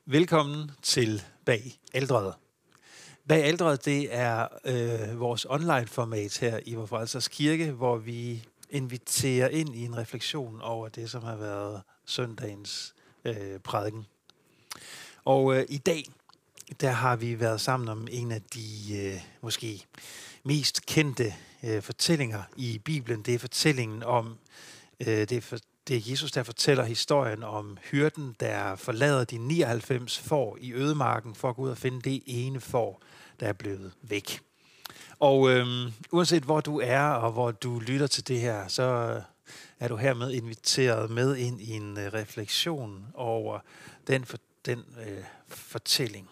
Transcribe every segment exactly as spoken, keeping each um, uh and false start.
Velkommen til Bag Aldret. Bag Aldret, det er øh, vores online-format her i Vor Frelsers Kirke, hvor vi inviterer ind i en refleksion over det, som har været søndagens øh, prædiken. Og øh, i dag, der har vi været sammen om en af de øh, måske mest kendte øh, fortællinger i Bibelen. Det er fortællingen om, øh, det, er for, det er Jesus, der fortæller historien om hyrden, der forlader de nioghalvfems får i ødemarken for at gå ud og finde det ene får, der er blevet væk. Og øhm, uanset hvor du er og hvor du lytter til det her, så er du hermed inviteret med ind i en øh, refleksion over den, for, den øh, fortælling.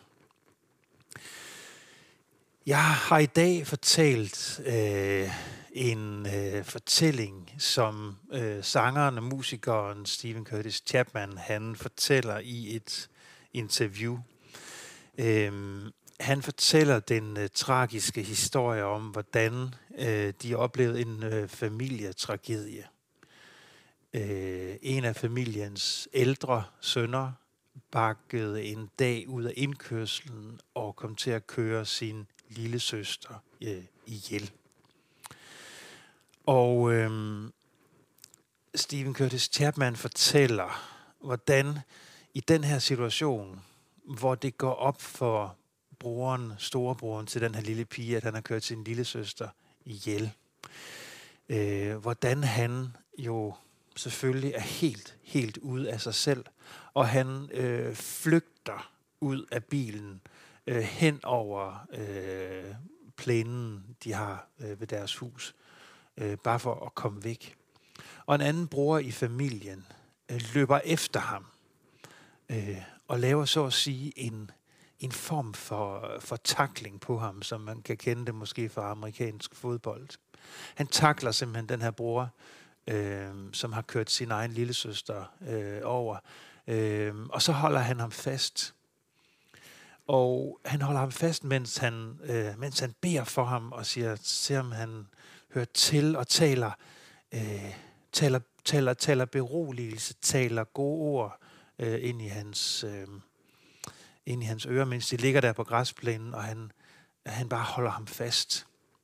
Jeg har i dag fortalt øh, en øh, fortælling, som øh, sangeren og musikeren Steven Curtis Chapman, han fortæller i et interview. Øhm, han fortæller den øh, tragiske historie om, hvordan øh, de oplevede en øh, familietragedie. Øh, en af familiens ældre sønner bakkede en dag ud af indkørslen og kom til at køre sin lille søster øh, ihjel. Og øh, Steven Curtis Chapman fortæller, hvordan i den her situation, hvor det går op for broren, storebroren til den her lille pige, at han har kørt sin lille søster ihjel. Øh, hvordan han jo selvfølgelig er helt, helt ude af sig selv, og han øh, flygter ud af bilen øh, hen over øh, plænen, de har øh, ved deres hus, øh, bare for at komme væk. Og en anden bror i familien øh, løber efter ham øh, og laver så at sige en, en form for, for tackling på ham, som man kan kende det måske fra amerikansk fodbold. Han tackler simpelthen den her bror, øh, som har kørt sin egen lillesøster øh, over, øh, og så holder han ham fast. Og han holder ham fast, mens han, øh, mens han beder for ham og siger, ser om han hører til og taler, øh, taler, taler, taler beroligelse, taler gode ord øh, ind i hans, øh, ind i hans ører, mens de ligger der på græsplænen, og han, han bare holder ham fast.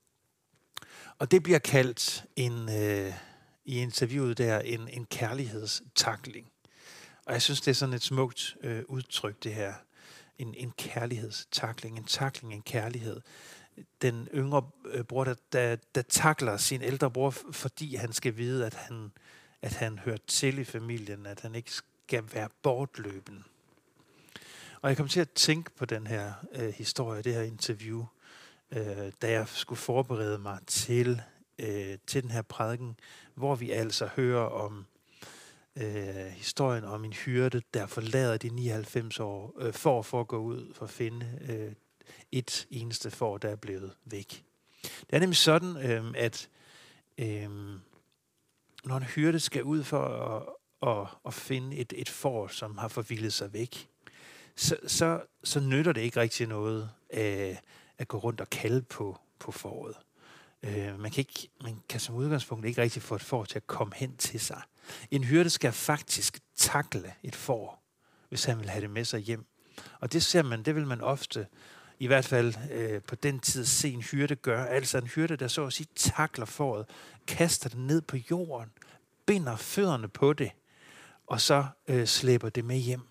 Og det bliver kaldt en, øh, i interviewet der en, en kærlighedstakling. Og jeg synes, det er sådan et smukt øh, udtryk, det her. En, en kærlighedstakling, en takling, en kærlighed. Den yngre øh, bror, der, der, der takler sin ældre bror, fordi han skal vide, at han, at han hører til i familien, at han ikke skal være bortløben. Og jeg kom til at tænke på den her øh, historie, det her interview, øh, da jeg skulle forberede mig til, øh, til den her prædiken, hvor vi altså hører om øh, historien om en hyrde, der forlader de nioghalvfems år øh, for, for at gå ud for at finde øh, et eneste får, der er blevet væk. Det er nemlig sådan, øh, at øh, når en hyrde skal ud for at, at, at finde et, et får, som har forvildet sig væk, så, så, så nytter det ikke rigtig noget øh, at gå rundt og kalde på, på fåret. Øh, man, kan ikke, man kan som udgangspunkt ikke rigtig få et får til at komme hen til sig. En hyrde skal faktisk tackle et får, hvis han vil have det med sig hjem. Og det ser man, det vil man ofte, i hvert fald øh, på den tid, se en hyrde gøre. Altså en hyrde, der så at sige tackler fåret, kaster det ned på jorden, binder fødderne på det, og så øh, slæber det med hjem.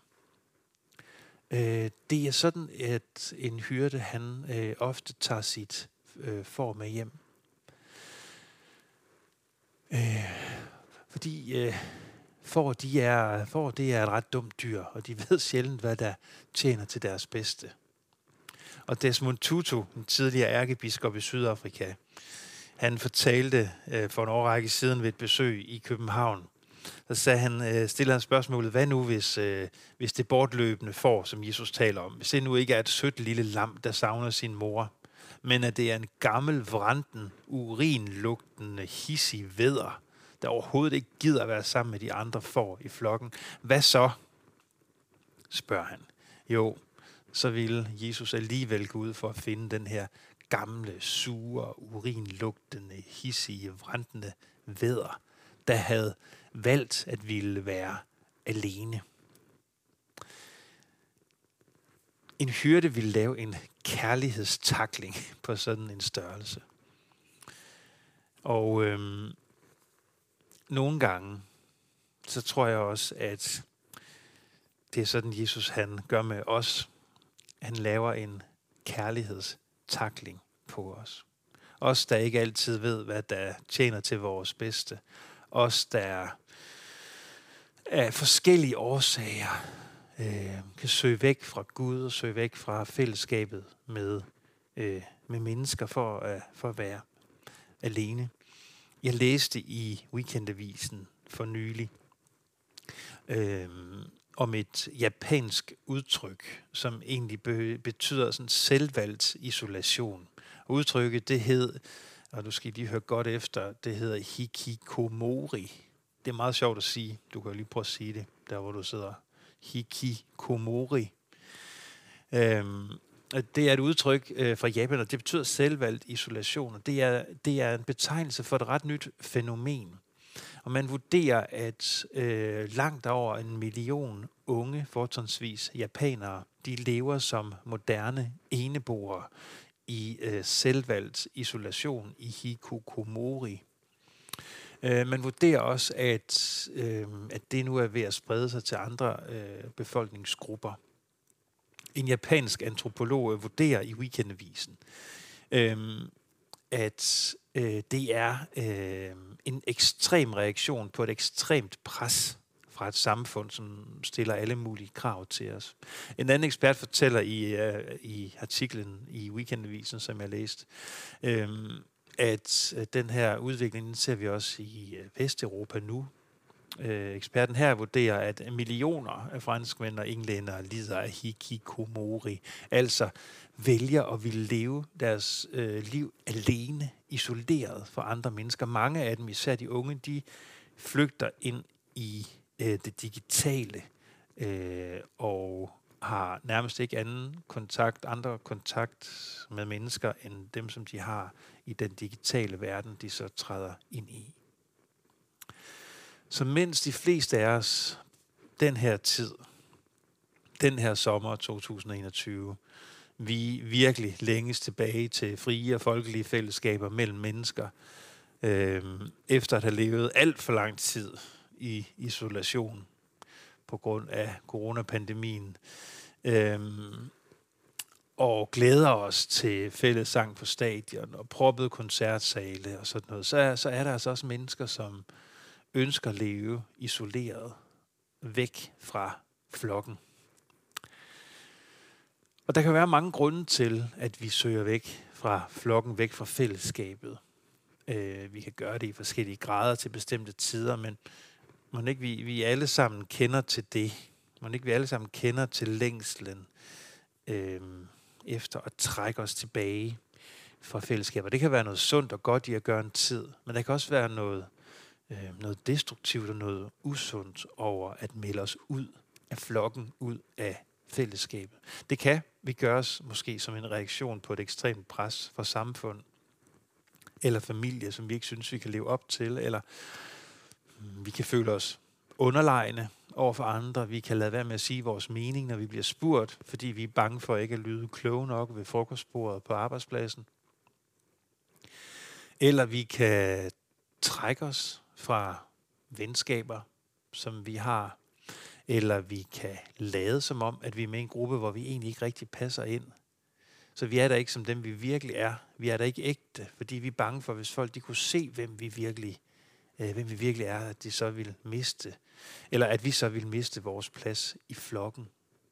Øh, det er sådan, at en hyrde, han øh, ofte tager sit øh, får med hjem. Øh, fordi øh, får, de er, får, det er et ret dumt dyr, og de ved sjældent, hvad der tjener til deres bedste. Og Desmond Tutu, den tidligere ærkebiskop i Sydafrika, han fortalte øh, for en årrække siden ved et besøg i København. Så sagde han, øh, stiller han spørgsmålet, hvad nu hvis, øh, hvis det bortløbende får, som Jesus taler om, hvis det nu ikke er et sødt lille lam, der savner sin mor, men at det er en gammel, vranden, urinlugtende, hissig vædder, der overhovedet ikke gider at være sammen med de andre får i flokken. Hvad så? Spørger han. Jo, så ville Jesus alligevel gå ud for at finde den her gamle, sure, urinlugtende, hissige, vrantende vædder, der havde valgt at ville være alene. en hyrde ville lave en kærlighedstakling på sådan en størrelse. Og øhm, nogle gange, så tror jeg også, at det er sådan, Jesus han gør med os. Han laver en kærlighedstakling på os. Os, der ikke altid ved, hvad der tjener til vores bedste. Os, der af forskellige årsager øh, kan søge væk fra Gud og søge væk fra fællesskabet med, øh, med mennesker for, øh, for at være alene. Jeg læste i Weekendavisen for nylig øh, om et japansk udtryk, som egentlig be- betyder sådan selvvalgt isolation. Udtrykket, det hed, og du skal lige høre godt efter, det hedder hikikomori. Det er meget sjovt at sige. Du kan lige prøve at sige det, der hvor du sidder. Hikikomori. Øhm, det er et udtryk øh, fra Japan, og det betyder selvvalgt isolation. Og det er, det er en betegnelse for et ret nyt fænomen. Og man vurderer, at øh, langt over en million unge, fortrinsvis japanere, de lever som moderne eneboere i øh, selvvalgt isolation i hikikomori. Øh, man vurderer også, at, øh, at det nu er ved at sprede sig til andre øh, befolkningsgrupper. En japansk antropolog vurderer i Weekendavisen, øh, at øh, det er øh, en ekstrem reaktion på et ekstremt pres fra et samfund, som stiller alle mulige krav til os. En anden ekspert fortæller i, uh, i artiklen i Weekendavisen, som jeg læste, øhm, at den her udvikling, den ser vi også i Vesteuropa nu. Øh, eksperten her vurderer, at millioner af franskmænd og englændere lider af hikikomori, altså vælger at ville leve deres øh, liv alene, isoleret fra andre mennesker. Mange af dem, især de unge, de flygter ind i det digitale, øh, og har nærmest ikke anden kontakt, andre kontakt med mennesker, end dem, som de har i den digitale verden, de så træder ind i. Så mens de fleste af os, den her tid, den her sommer to tusind og enogtyve, vi virkelig længes tilbage til frie og folkelige fællesskaber mellem mennesker, øh, efter at have levet alt for lang tid i isolation på grund af coronapandemien, øhm, og glæder os til fællessang på stadion og proppede koncertsale og sådan noget, så er, så er der altså også mennesker, som ønsker at leve isoleret, væk fra flokken. Og der kan være mange grunde til, at vi søger væk fra flokken, væk fra fællesskabet. Øh, vi kan gøre det i forskellige grader til bestemte tider, men må ikke vi, vi alle sammen kender til det. Må ikke vi alle sammen kender til længslen øh, efter at trække os tilbage fra fællesskaber. Det kan være noget sundt og godt i at gøre en tid, men der kan også være noget, øh, noget destruktivt og noget usundt over at melde os ud af flokken, ud af fællesskabet. Det kan vi gøre os måske som en reaktion på et ekstremt pres fra samfund eller familie, som vi ikke synes, vi kan leve op til, eller vi kan føle os underlegne over for andre. Vi kan lade være med at sige vores mening, når vi bliver spurgt, fordi vi er bange for ikke at lyde kloge nok ved frokostbordet på arbejdspladsen. Eller vi kan trække os fra venskaber, som vi har. Eller vi kan lade som om, at vi er med i en gruppe, hvor vi egentlig ikke rigtig passer ind. Så vi er der ikke som dem, vi virkelig er. Vi er der ikke ægte, fordi vi er bange for, hvis folk de kunne se, hvem vi virkelig øh, hvem vi virkelig er, at de så vil miste, eller at vi så vil miste vores plads i flokken.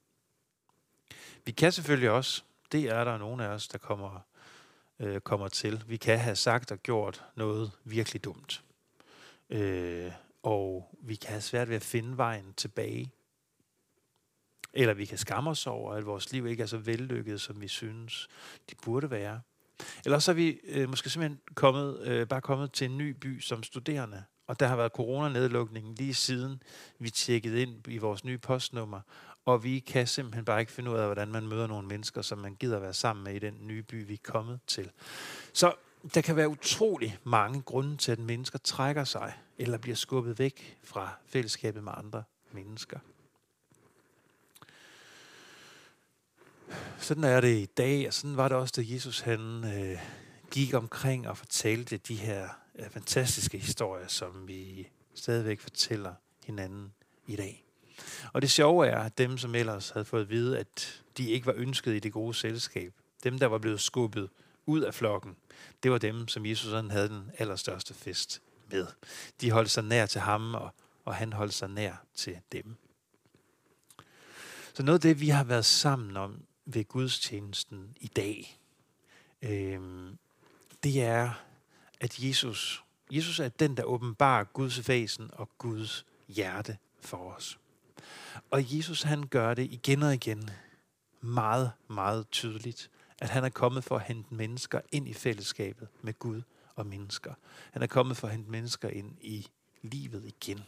Vi kan selvfølgelig også, det er der nogle af os, der kommer, øh, kommer til, vi kan have sagt og gjort noget virkelig dumt. Øh, og vi kan have svært ved at finde vejen tilbage. Eller vi kan skamme os over, at vores liv ikke er så vellykket, som vi synes, det burde være. Eller så er vi øh, måske simpelthen kommet, øh, bare kommet til en ny by som studerende, og der har været coronanedlukning lige siden vi tjekkede ind i vores nye postnummer, og vi kan simpelthen bare ikke finde ud af, hvordan man møder nogle mennesker, som man gider være sammen med i den nye by, vi er kommet til. Så der kan være utrolig mange grunde til, at mennesker trækker sig, eller bliver skubbet væk fra fællesskabet med andre mennesker. sådan er det i dag, og sådan var det også, da Jesus han øh, gik omkring og fortalte de her øh, fantastiske historier, som vi stadigvæk fortæller hinanden i dag. Og det sjove er, at dem, som ellers havde fået at vide, at de ikke var ønsket i det gode selskab, dem, der var blevet skubbet ud af flokken, det var dem, som Jesus han havde den allerstørste fest med. De holdt sig nær til ham, og, og han holdt sig nær til dem. Så noget af det, vi har været sammen om ved gudstjenesten i dag, øh, det er, at Jesus, Jesus er den, der åbenbarer Guds væsen og Guds hjerte for os. Og Jesus han gør det igen og igen meget, meget tydeligt, at han er kommet for at hente mennesker ind i fællesskabet med Gud og mennesker. Han er kommet for at hente mennesker ind i livet igen.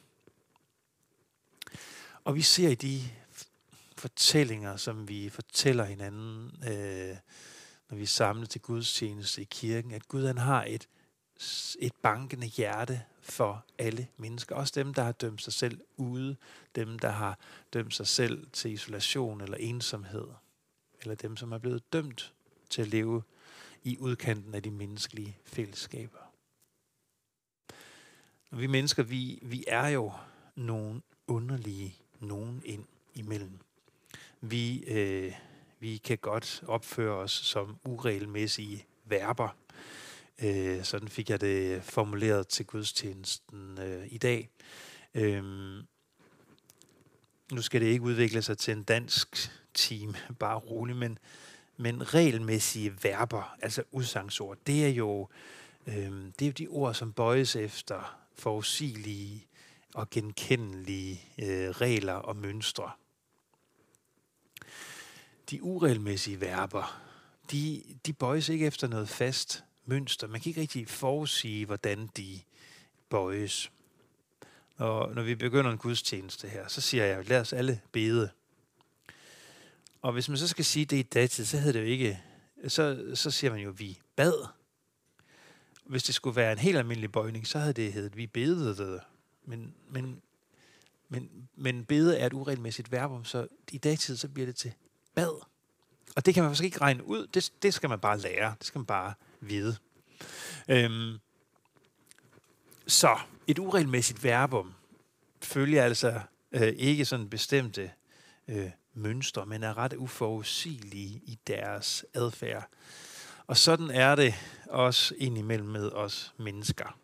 Og vi ser i de fortællinger, som vi fortæller hinanden, øh, når vi er samlet til gudstjeneste i kirken, at Gud han har et, et bankende hjerte for alle mennesker. Også dem, der har dømt sig selv ude, dem, der har dømt sig selv til isolation eller ensomhed, eller dem, som er blevet dømt til at leve i udkanten af de menneskelige fællesskaber. Og vi mennesker, vi, vi er jo nogle underlige nogen ind imellem. Vi, øh, vi kan godt opføre os som uregelmæssige verber. Øh, sådan fik jeg det formuleret til gudstjenesten øh, i dag. Øh, nu skal det ikke udvikle sig til en dansk team, bare roligt, men, men regelmæssige verber, altså udsagnsord, det er jo øh, det er jo de ord, som bøjes efter forudsigelige og genkendelige øh, regler og mønstre. De uregelmæssige verber, de, de bøjes ikke efter noget fast mønster. Man kan ikke rigtig forudsige, hvordan de bøjes. Og når vi begynder en gudstjeneste her, så siger jeg, lad os alle bede. Og hvis man så skal sige det i datid, så hedder det jo ikke, så, så siger man jo, vi bad. Hvis det skulle være en helt almindelig bøjning, så havde det heddet, vi bedede. Men, men, men, men bede er et uregelmæssigt verbum, så i datid, så bliver det til bad. Og det kan man faktisk ikke regne ud. Det, det skal man bare lære. Det skal man bare vide. Øhm, så et uregelmæssigt verbum følger altså øh, ikke sådan bestemte øh, mønstre, men er ret uforudsigelige i deres adfærd. Og sådan er det også indimellem med os mennesker.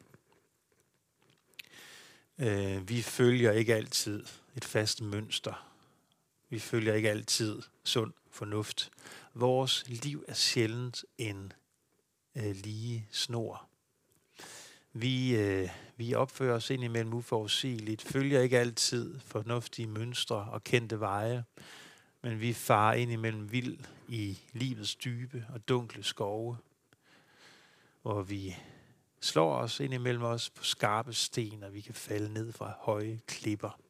Øh, vi følger ikke altid et fast mønster. Vi følger ikke altid sund fornuft. Vores liv er sjældent en øh, lige snor. Vi, øh, vi opfører os indimellem uforudsigeligt, følger ikke altid fornuftige mønstre og kendte veje, men vi farer indimellem vild i livets dybe og dunkle skove, hvor vi slår os indimellem os på skarpe sten, og vi kan falde ned fra høje klipper.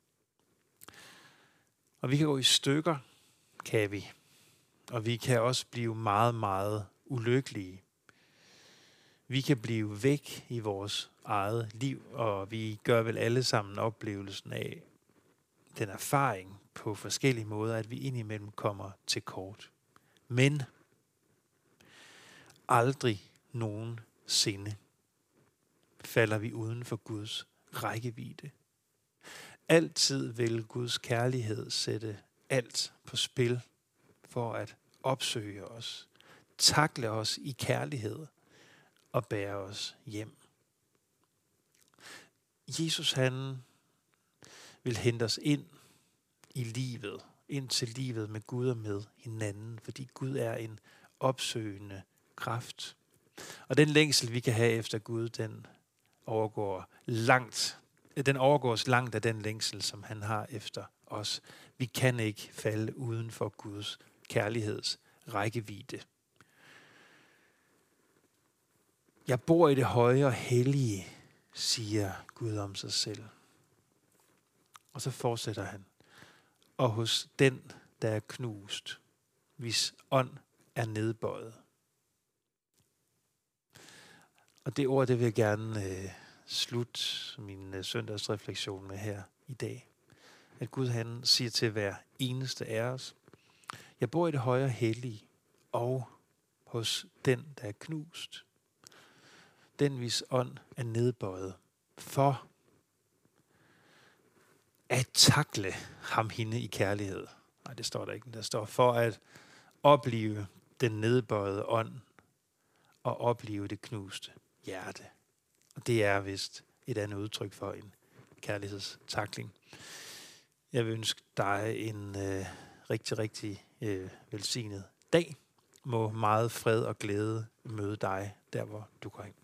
Og vi kan gå i stykker, kan vi. Og vi kan også blive meget, meget ulykkelige. Vi kan blive væk i vores eget liv, og vi gør vel alle sammen oplevelsen af den erfaring på forskellige måder, at vi indimellem kommer til kort. Men aldrig nogensinde falder vi uden for Guds rækkevidde. Altid vil Guds kærlighed sætte alt på spil for at opsøge os, takle os i kærlighed og bære os hjem. Jesus han vil hente os ind i livet, ind til livet med Gud og med hinanden, fordi Gud er en opsøgende kraft. Og den længsel, vi kan have efter Gud, den overgår langt, den overgås langt af den længsel, som han har efter os. Vi kan ikke falde uden for Guds kærligheds rækkevidde. Jeg bor i det høje og hellige, siger Gud om sig selv. Og så fortsætter han. Og hos den, der er knust, hvis ånd er nedbøjet. Og det ord, det vil jeg gerne øh, slutte min øh, søndagsrefleksion med her i dag. At Gud han siger til hver eneste af os, Jeg bor i det højere hellige, og hos den, der er knust. Den, hvis ånd er nedbøjet, for at takle ham hende i kærlighed. Nej, det står der ikke. Der står for at opleve den nedbøjede ånd og opleve det knuste hjerte. Og det er vist et andet udtryk for en kærlighedstakling. Jeg vil ønske dig en øh, rigtig, rigtig øh, velsignet dag. Må meget fred og glæde møde dig der, hvor du går hen.